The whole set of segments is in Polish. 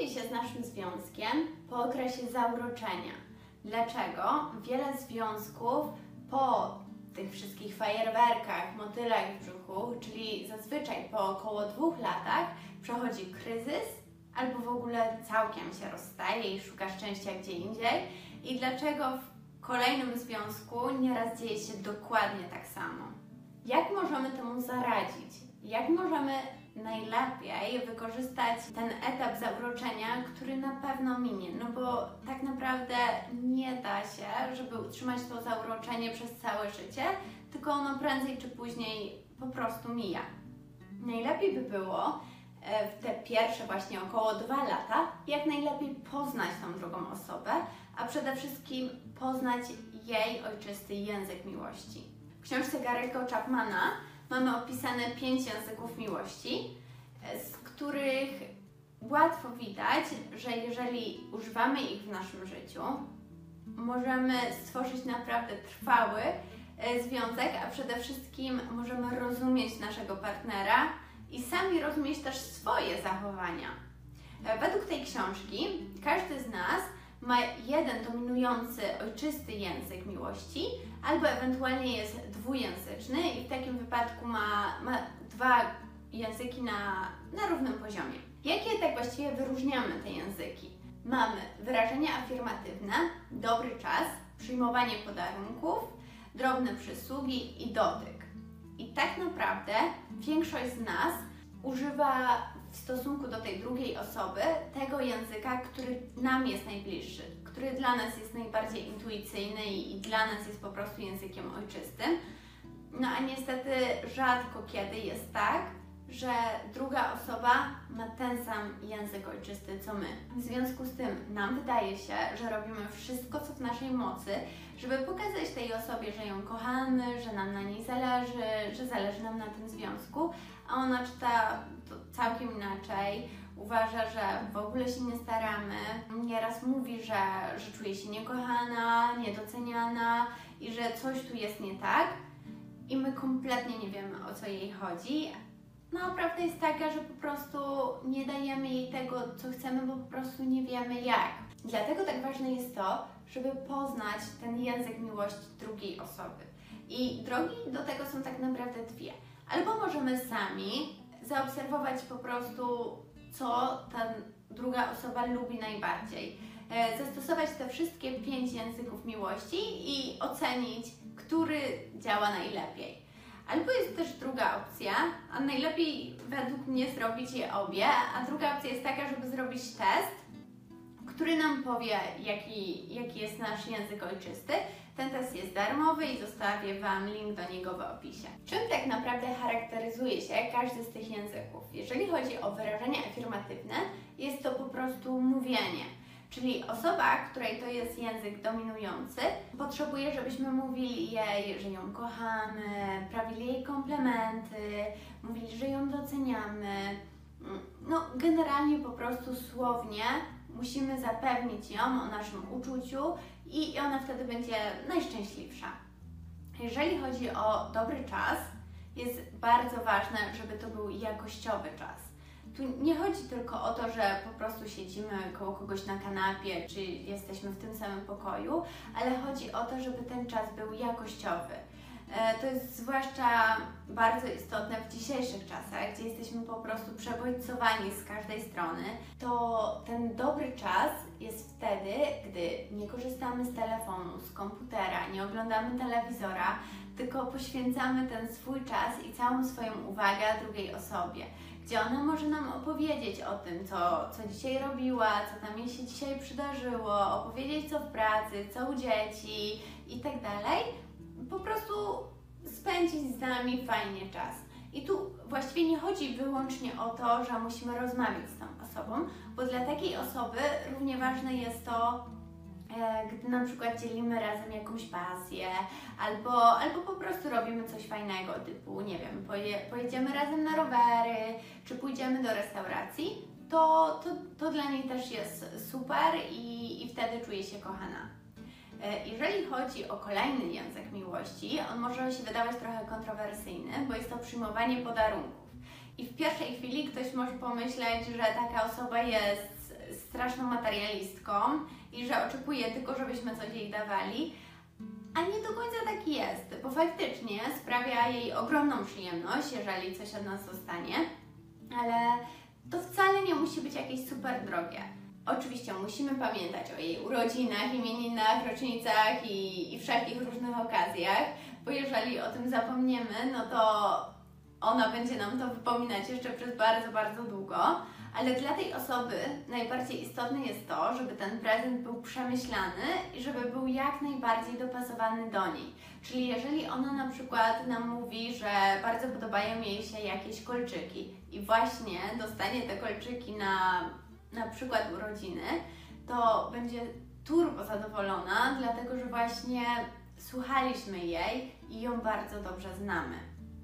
dzieje się z naszym związkiem po okresie zauroczenia? Dlaczego wiele związków po tych wszystkich fajerwerkach, motylach w brzuchu, czyli zazwyczaj po około 2 latach, przechodzi kryzys albo w ogóle całkiem się rozstaje i szuka szczęścia gdzie indziej? I dlaczego w kolejnym związku nieraz dzieje się dokładnie tak samo? Jak możemy temu zaradzić? Jak możemy najlepiej wykorzystać ten etap zauroczenia, który na pewno minie? No bo tak naprawdę nie da się, żeby utrzymać to zauroczenie przez całe życie, tylko ono prędzej czy później po prostu mija. Najlepiej by było w te pierwsze właśnie około 2 lata jak najlepiej poznać tą drugą osobę, a przede wszystkim poznać jej ojczysty język miłości. W książce Gary'ego Chapmana mamy opisane 5 języków miłości, z których łatwo widać, że jeżeli używamy ich w naszym życiu, możemy stworzyć naprawdę trwały związek, a przede wszystkim możemy rozumieć naszego partnera i sami rozumieć też swoje zachowania. Według tej książki każdy z nas ma jeden dominujący, ojczysty język miłości, albo ewentualnie jest dwujęzyczny i w takim wypadku ma 2 języki na równym poziomie. Jakie tak właściwie wyróżniamy te języki? Mamy wyrażenia afirmatywne, dobry czas, przyjmowanie podarunków, drobne przysługi i dotyk. I tak naprawdę większość z nas używa w stosunku do tej drugiej osoby tego języka, który nam jest najbliższy, który dla nas jest najbardziej intuicyjny i dla nas jest po prostu językiem ojczystym. No a niestety rzadko kiedy jest tak, że druga osoba ma ten sam język ojczysty co my. W związku z tym nam wydaje się, że robimy wszystko, co w naszej mocy, żeby pokazać tej osobie, że ją kochamy, że nam na niej zależy, że zależy nam na tym związku, a ona czyta to całkiem inaczej. Uważa, że w ogóle się nie staramy, nieraz mówi, że czuje się niekochana, niedoceniana i że coś tu jest nie tak i my kompletnie nie wiemy, o co jej chodzi. No a prawda jest taka, że po prostu nie dajemy jej tego, co chcemy, bo po prostu nie wiemy jak. Dlatego tak ważne jest to, żeby poznać ten język miłości drugiej osoby. I drogi do tego są tak naprawdę 2. Albo możemy sami zaobserwować po prostu, co ta druga osoba lubi najbardziej. Zastosować te wszystkie 5 języków miłości i ocenić, który działa najlepiej. Albo jest też druga opcja, a najlepiej według mnie zrobić je obie, a druga opcja jest taka, żeby zrobić test, który nam powie, jaki jest nasz język ojczysty. Ten test jest darmowy i zostawię Wam link do niego w opisie. Czym tak naprawdę charakteryzuje się każdy z tych języków? Jeżeli chodzi o wyrażenia afirmatywne, jest to po prostu mówienie. Czyli osoba, której to jest język dominujący, potrzebuje, żebyśmy mówili jej, że ją kochamy, prawili jej komplementy, mówili, że ją doceniamy. No, generalnie po prostu słownie musimy zapewnić ją o naszym uczuciu i ona wtedy będzie najszczęśliwsza. Jeżeli chodzi o dobry czas, jest bardzo ważne, żeby to był jakościowy czas. Tu nie chodzi tylko o to, że po prostu siedzimy koło kogoś na kanapie, czy jesteśmy w tym samym pokoju, ale chodzi o to, żeby ten czas był jakościowy. To jest zwłaszcza bardzo istotne w dzisiejszych czasach, gdzie jesteśmy po prostu przebodźcowani z każdej strony. To ten dobry czas jest wtedy, gdy nie korzystamy z telefonu, z komputera, nie oglądamy telewizora, tylko poświęcamy ten swój czas i całą swoją uwagę drugiej osobie, gdzie ona może nam opowiedzieć o tym, co dzisiaj robiła, co tam jej się dzisiaj przydarzyło, opowiedzieć co w pracy, co u dzieci i tak dalej. Po prostu spędzić z nami fajnie czas. I tu właściwie nie chodzi wyłącznie o to, że musimy rozmawiać z tą osobą, bo dla takiej osoby równie ważne jest to, gdy na przykład dzielimy razem jakąś pasję, albo po prostu robimy coś fajnego, typu, nie wiem, pojedziemy razem na rowery, czy pójdziemy do restauracji, to dla niej też jest super i wtedy czuje się kochana. Jeżeli chodzi o kolejny język miłości, on może się wydawać trochę kontrowersyjny, bo jest to przyjmowanie podarunków. I w pierwszej chwili ktoś może pomyśleć, że taka osoba jest straszną materialistką i że oczekuje tylko, żebyśmy coś jej dawali, a nie do końca tak jest, bo faktycznie sprawia jej ogromną przyjemność, jeżeli coś od nas zostanie, ale to wcale nie musi być jakieś super drogie. Oczywiście musimy pamiętać o jej urodzinach, imieninach, rocznicach i wszelkich różnych okazjach, bo jeżeli o tym zapomniemy, no to ona będzie nam to wypominać jeszcze przez bardzo, bardzo długo. Ale dla tej osoby najbardziej istotne jest to, żeby ten prezent był przemyślany i żeby był jak najbardziej dopasowany do niej. Czyli jeżeli ona na przykład nam mówi, że bardzo podobają jej się jakieś kolczyki i właśnie dostanie te kolczyki na przykład urodziny, to będzie turbo zadowolona, dlatego że właśnie słuchaliśmy jej i ją bardzo dobrze znamy.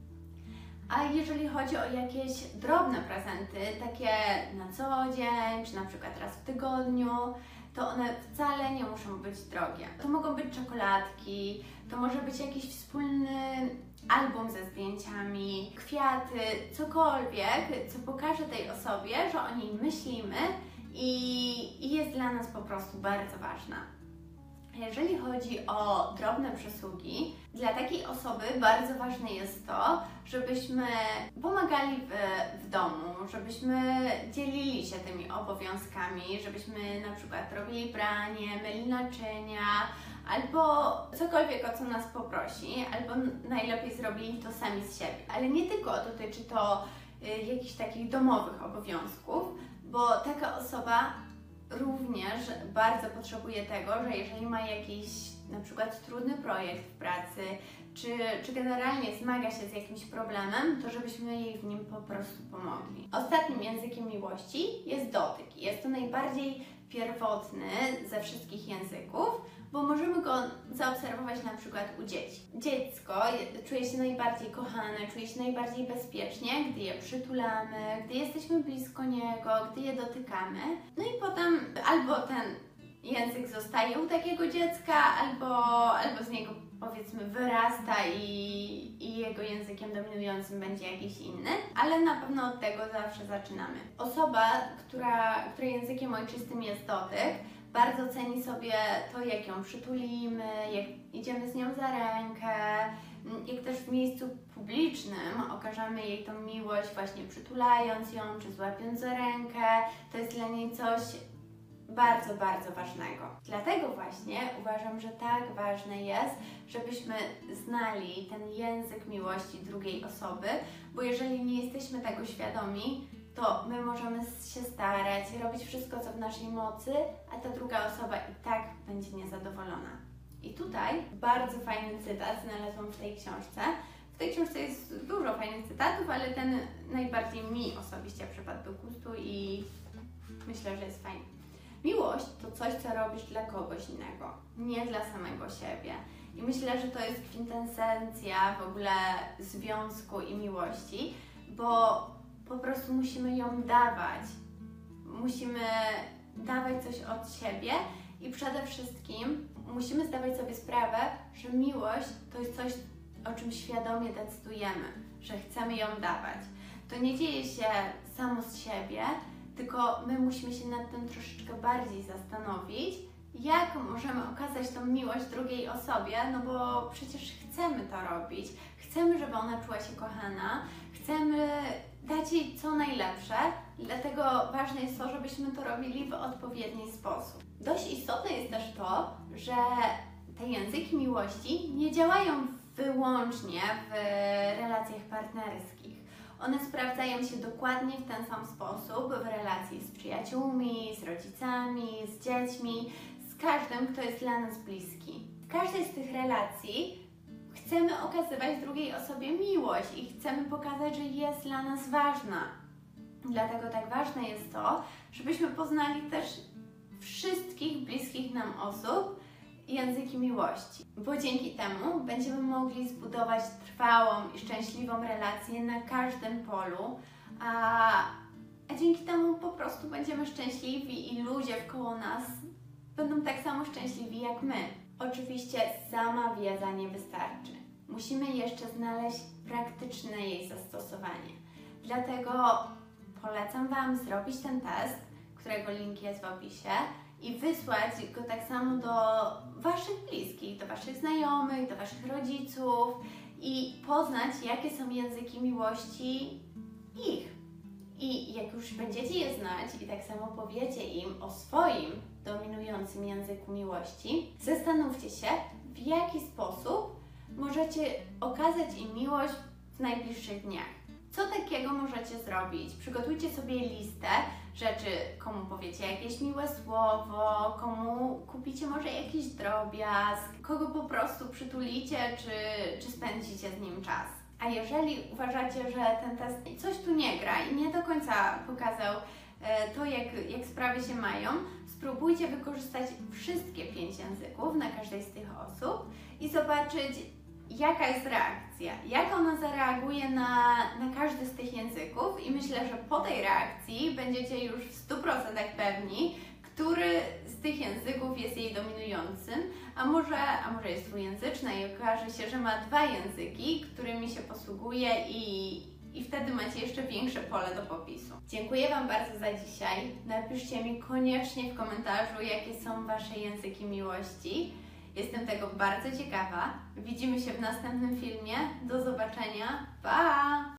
A jeżeli chodzi o jakieś drobne prezenty, takie na co dzień, czy na przykład raz w tygodniu, to one wcale nie muszą być drogie. To mogą być czekoladki, to może być jakiś wspólny album ze zdjęciami, kwiaty, cokolwiek, co pokaże tej osobie, że o niej myślimy i jest dla nas po prostu bardzo ważna. Jeżeli chodzi o drobne przysługi, dla takiej osoby bardzo ważne jest to, żebyśmy pomagali w domu, żebyśmy dzielili się tymi obowiązkami, żebyśmy na przykład robili pranie, myli naczynia, albo cokolwiek, o co nas poprosi, albo najlepiej zrobili to sami z siebie. Ale nie tylko dotyczy to jakichś takich domowych obowiązków, bo taka osoba również bardzo potrzebuje tego, że jeżeli ma jakiś na przykład trudny projekt w pracy, czy generalnie zmaga się z jakimś problemem, to żebyśmy jej w nim po prostu pomogli. Ostatnim językiem miłości jest dotyk. Jest to najbardziej pierwotny ze wszystkich języków, bo możemy go zaobserwować na przykład u dzieci. Dziecko czuje się najbardziej kochane, czuje się najbardziej bezpiecznie, gdy je przytulamy, gdy jesteśmy blisko niego, gdy je dotykamy. No i potem albo ten język zostaje u takiego dziecka, albo z niego powiedzmy wyrasta i jego językiem dominującym będzie jakiś inny, ale na pewno od tego zawsze zaczynamy. Osoba, której językiem ojczystym jest dotyk, bardzo ceni sobie to, jak ją przytulimy, jak idziemy z nią za rękę, jak też w miejscu publicznym okażemy jej tą miłość właśnie przytulając ją, czy złapiąc za rękę. To jest dla niej coś bardzo, bardzo ważnego. Dlatego właśnie uważam, że tak ważne jest, żebyśmy znali ten język miłości drugiej osoby, bo jeżeli nie jesteśmy tego świadomi, to my możemy się starać, robić wszystko, co w naszej mocy, a ta druga osoba i tak będzie niezadowolona. I tutaj bardzo fajny cytat znalazłam w tej książce. W tej książce jest dużo fajnych cytatów, ale ten najbardziej mi osobiście przypadł do gustu i myślę, że jest fajny. Miłość to coś, co robisz dla kogoś innego, nie dla samego siebie. I myślę, że to jest kwintesencja w ogóle związku i miłości, bo po prostu musimy ją dawać. Musimy dawać coś od siebie i przede wszystkim musimy zdawać sobie sprawę, że miłość to jest coś, o czym świadomie decydujemy, że chcemy ją dawać. To nie dzieje się samo z siebie, tylko my musimy się nad tym troszeczkę bardziej zastanowić, jak możemy okazać tą miłość drugiej osobie, no bo przecież chcemy to robić, chcemy, żeby ona czuła się kochana, chcemy dać jej co najlepsze, dlatego ważne jest to, żebyśmy to robili w odpowiedni sposób. Dość istotne jest też to, że te języki miłości nie działają wyłącznie w relacjach partnerskich. One sprawdzają się dokładnie w ten sam sposób w relacji z przyjaciółmi, z rodzicami, z dziećmi, z każdym, kto jest dla nas bliski. W każdej z tych relacji chcemy okazywać drugiej osobie miłość i chcemy pokazać, że jest dla nas ważna. Dlatego tak ważne jest to, żebyśmy poznali też wszystkich bliskich nam osób języki miłości, bo dzięki temu będziemy mogli zbudować trwałą i szczęśliwą relację na każdym polu, a dzięki temu po prostu będziemy szczęśliwi i ludzie wkoło nas będą tak samo szczęśliwi jak my. Oczywiście sama wiedza nie wystarczy. Musimy jeszcze znaleźć praktyczne jej zastosowanie. Dlatego polecam Wam zrobić ten test, którego link jest w opisie, i wysłać go tak samo do Waszych bliskich, do Waszych znajomych, do Waszych rodziców i poznać, jakie są języki miłości ich. I jak już będziecie je znać i tak samo powiecie im o swoim dominującym języku miłości, zastanówcie się, w jaki sposób możecie okazać im miłość w najbliższych dniach. Co takiego możecie zrobić? Przygotujcie sobie listę rzeczy, komu powiecie jakieś miłe słowo, komu kupicie może jakiś drobiazg, kogo po prostu przytulicie, czy spędzicie z nim czas. A jeżeli uważacie, że ten test coś tu nie gra i nie do końca pokazał to, jak sprawy się mają, spróbujcie wykorzystać wszystkie 5 języków na każdej z tych osób i zobaczyć, jaka jest reakcja, jak ona zareaguje na każdy z tych języków, i myślę, że po tej reakcji będziecie już w 100% pewni, który z tych języków jest jej dominującym, a może jest dwujęzyczna i okaże się, że ma 2 języki, którymi się posługuje, i wtedy macie jeszcze większe pole do popisu. Dziękuję Wam bardzo za dzisiaj. Napiszcie mi koniecznie w komentarzu, jakie są Wasze języki miłości. Jestem tego bardzo ciekawa. Widzimy się w następnym filmie. Do zobaczenia. Pa!